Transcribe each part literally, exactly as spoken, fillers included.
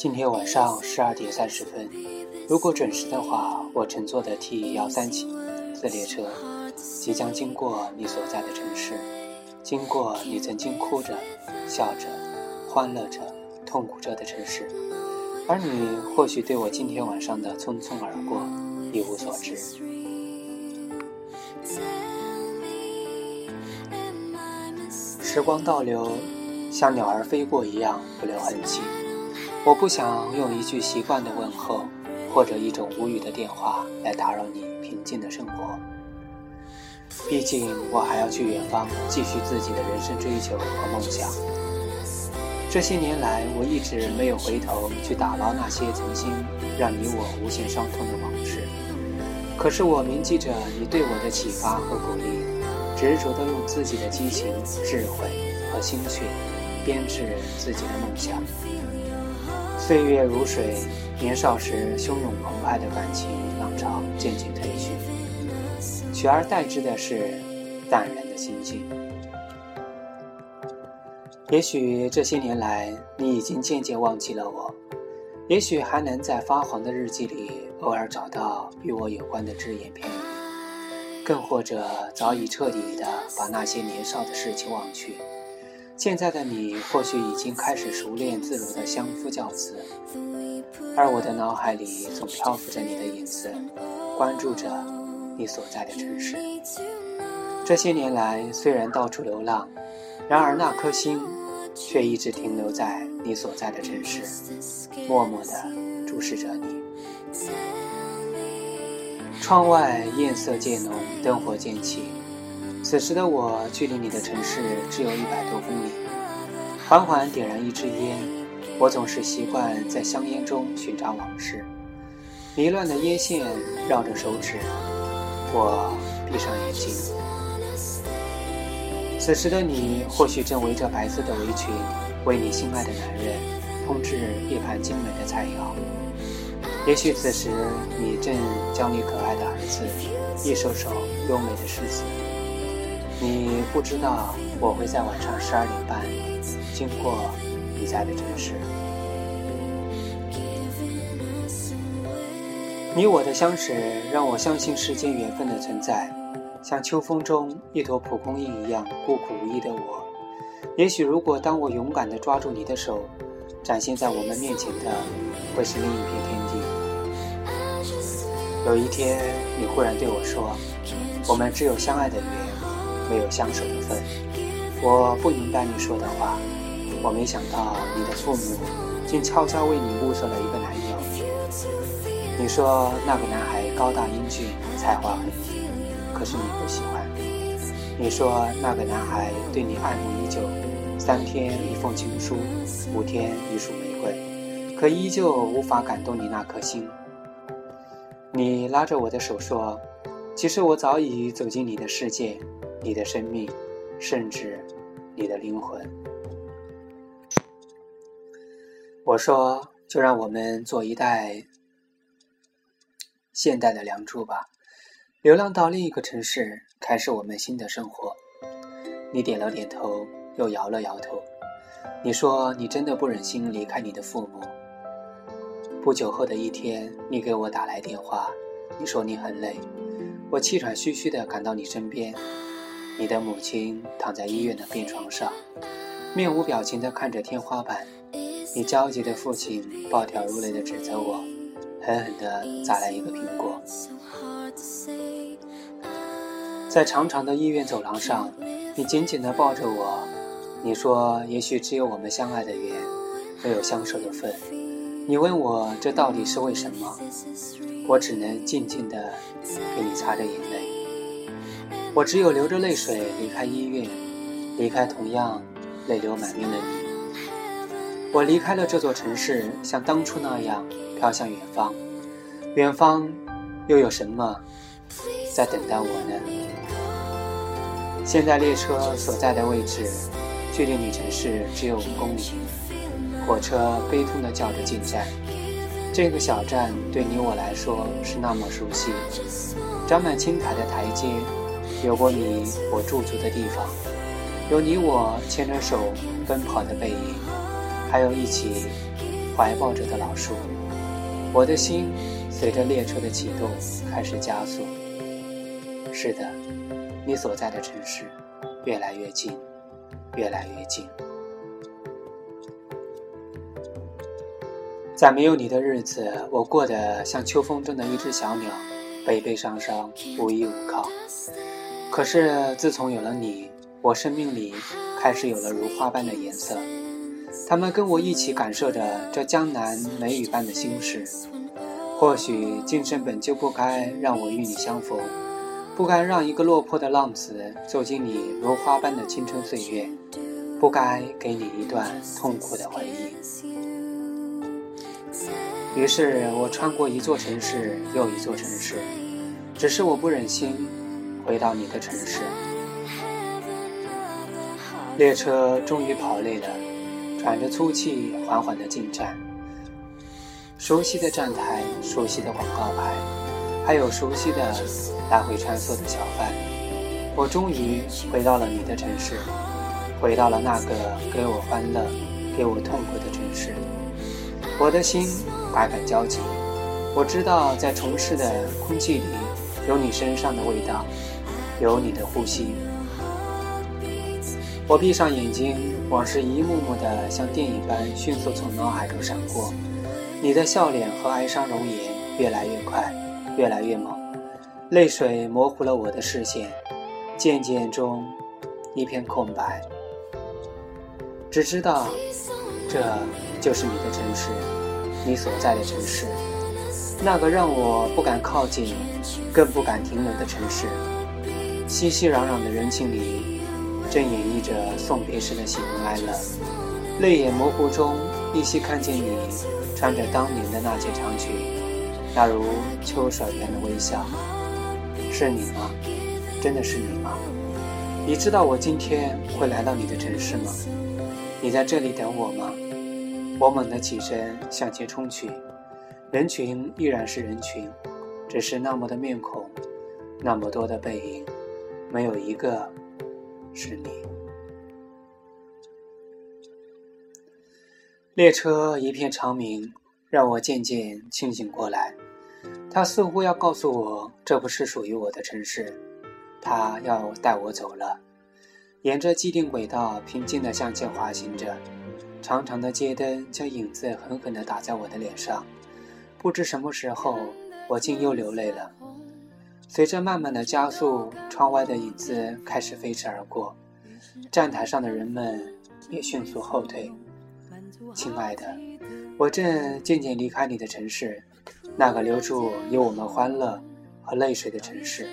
今天晚上十二点三十分，如果准时的话，我乘坐的 T 一三七次列车即将经过你所在的城市，经过你曾经哭着、笑着、欢乐着、痛苦着的城市，而你或许对我今天晚上的匆匆而过一无所知。时光倒流，像鸟儿飞过一样不留痕迹。我不想用一句习惯的问候，或者一种无语的电话来打扰你平静的生活。毕竟我还要去远方继续自己的人生追求和梦想。这些年来，我一直没有回头去打捞那些曾经让你我无限伤痛的往事。可是我铭记着你对我的启发和鼓励，执着地用自己的激情、智慧和心血编织自己的梦想。岁月如水，年少时汹涌澎湃的感情浪潮渐渐褪去，取而代之的是淡然的心境。也许这些年来，你已经渐渐忘记了我，也许还能在发黄的日记里偶尔找到与我有关的只言片语，更或者早已彻底地把那些年少的事情忘去。现在的你或许已经开始熟练自如的相夫教子，而我的脑海里总漂浮着你的影子，关注着你所在的城市。这些年来，虽然到处流浪，然而那颗心却一直停留在你所在的城市，默默地注视着你。窗外艳色渐浓，灯火渐起，此时的我距离你的城市只有一百多公里，缓缓点燃一支烟，我总是习惯在香烟中寻找往事，迷乱的烟线绕着手指，我闭上眼睛。此时的你或许正围着白色的围裙，为你心爱的男人烹制一盘精美的菜肴，也许此时你正教你可爱的儿子一首首优美的诗词。你不知道我会在晚上十二点半经过你在的城市。你我的相识让我相信世间缘分的存在，像秋风中一朵蒲公英一样孤苦无依的我，也许如果当我勇敢地抓住你的手，展现在我们面前的会是另一片天地。有一天你忽然对我说，我们只有相爱的缘，没有相守的份。我不明白你说的话，我没想到你的父母竟悄悄为你物色了一个男友。你说那个男孩高大英俊，才华横溢，可是你不喜欢。你说那个男孩对你爱慕已久，三天一封情书，五天一束玫瑰，可依旧无法感动你那颗心。你拉着我的手说，其实我早已走进你的世界，你的生命，甚至你的灵魂。我说，就让我们做一代现代的梁祝吧，流浪到另一个城市，开始我们新的生活。你点了点头，又摇了摇头。你说你真的不忍心离开你的父母。不久后的一天，你给我打来电话，你说你很累。我气喘吁吁地赶到你身边，你的母亲躺在医院的病床上，面无表情地看着天花板。你焦急的父亲暴跳如雷地指责我，狠狠地砸来一个苹果。在长长的医院走廊上，你紧紧地抱着我，你说也许只有我们相爱的缘，没有相守的份。你问我这到底是为什么，我只能静静地给你擦着眼泪。我只有流着泪水离开医院，离开同样泪流满面的你。我离开了这座城市，像当初那样飘向远方。远方又有什么在等待我呢？现在列车所在的位置距离你城市只有五公里，火车悲痛地叫着进站。这个小站对你我来说是那么熟悉，长满青苔的台阶，有过你我驻足的地方，有你我牵着手奔跑的背影，还有一起怀抱着的老树。我的心随着列车的启动开始加速。是的，你所在的城市越来越近，越来越近。在没有你的日子，我过得像秋风中的一只小鸟，悲悲伤伤，无依无靠。可是自从有了你，我生命里开始有了如花般的颜色，他们跟我一起感受着这江南梅雨般的心事。或许今生本就不该让我与你相逢，不该让一个落魄的浪子走进你如花般的青春岁月，不该给你一段痛苦的回忆。于是我穿过一座城市又一座城市，只是我不忍心回到你的城市。列车终于跑累了，喘着粗气缓缓地进站。熟悉的站台，熟悉的广告牌，还有熟悉的来回穿梭的小贩。我终于回到了你的城市，回到了那个给我欢乐给我痛苦的城市。我的心百感交集，我知道在城市的空气里有你身上的味道，有你的呼吸。我闭上眼睛，往事一幕幕的像电影般迅速从脑海中闪过，你的笑脸和哀伤容颜越来越快，越来越猛，泪水模糊了我的视线，渐渐中一片空白。只知道这就是你的城市，你所在的城市，那个让我不敢靠近更不敢停留的城市。熙熙攘攘的人群里，正演绎着送别时的喜怒哀乐，泪眼模糊中依稀看见你穿着当年的那件长裙，那如秋水般的微笑。是你吗？真的是你吗？你知道我今天会来到你的城市吗？你在这里等我吗？我猛地起身向前冲去，人群依然是人群，只是那么的面孔，那么多的背影，没有一个是你。列车一片长鸣，让我渐渐清醒过来。它似乎要告诉我，这不是属于我的城市，它要带我走了。沿着既定轨道平静地向前滑行着，长长的街灯将影子狠狠地打在我的脸上。不知什么时候，我竟又流泪了。随着慢慢的加速，窗外的影子开始飞驰而过，站台上的人们也迅速后退。亲爱的，我正渐渐离开你的城市，那个留住有我们欢乐和泪水的城市。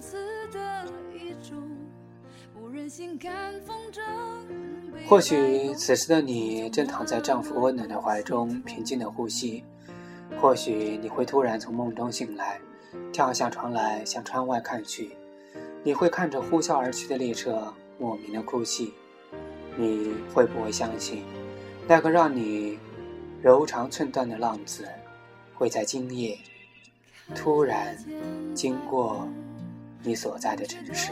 或许此时的你正躺在丈夫温暖的怀中，平静的呼吸。或许你会突然从梦中醒来，跳下床来向窗外看去，你会看着呼啸而去的列车莫名的哭泣。你会不会相信，那个让你柔肠寸断的浪子，会在今夜突然经过你所在的城市？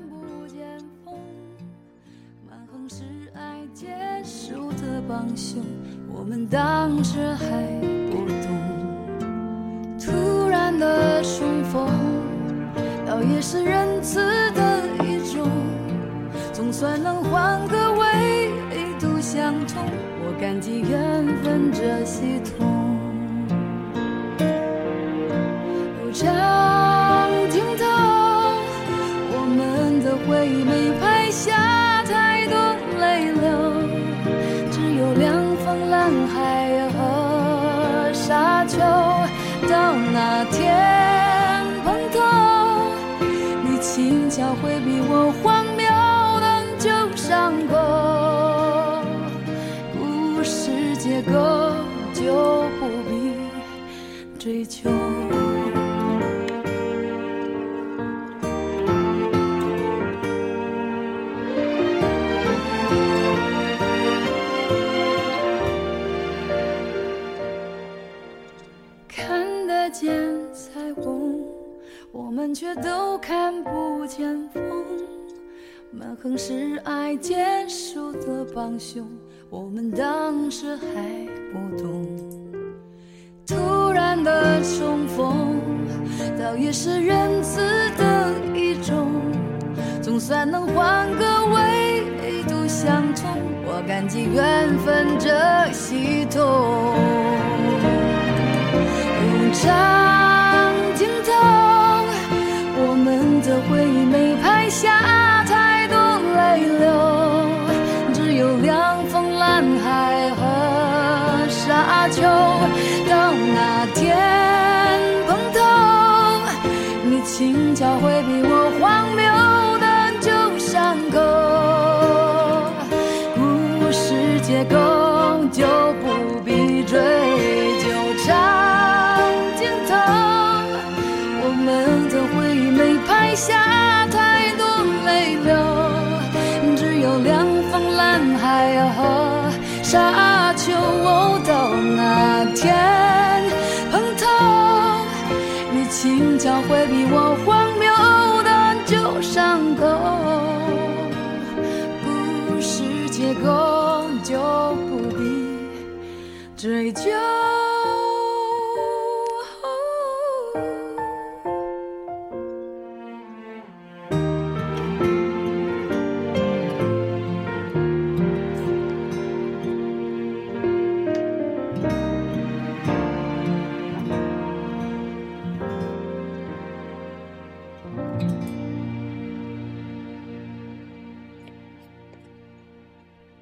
结束的帮凶，我们当时还不懂，突然的重逢，倒也是仁慈的一种，总算能换个维度相同，我感激缘分这系统。有长镜头，我们的回忆没拍下太多泪流，只有两方蓝海和沙丘。到那天碰头，你轻巧回避我荒谬的旧伤口，故事结构就不必追求。见彩虹，我们却都看不见风，蛮横是爱结束的帮凶， 我们当时还不懂，突然的重逢倒也是仁慈的一种，总算能换个维度相通，我感激缘分这系统。用长镜头，我们的回忆没拍下太多泪流，只有凉风蓝海和沙丘。到那天碰头，你轻巧回避我荒谬的旧伤口，故事结构就不必追究。长镜头，我们的回忆没拍下太多泪流，只有凉风蓝海和沙丘。到那天碰头，你轻巧回避我荒谬的旧伤口，故事结构就不必追究。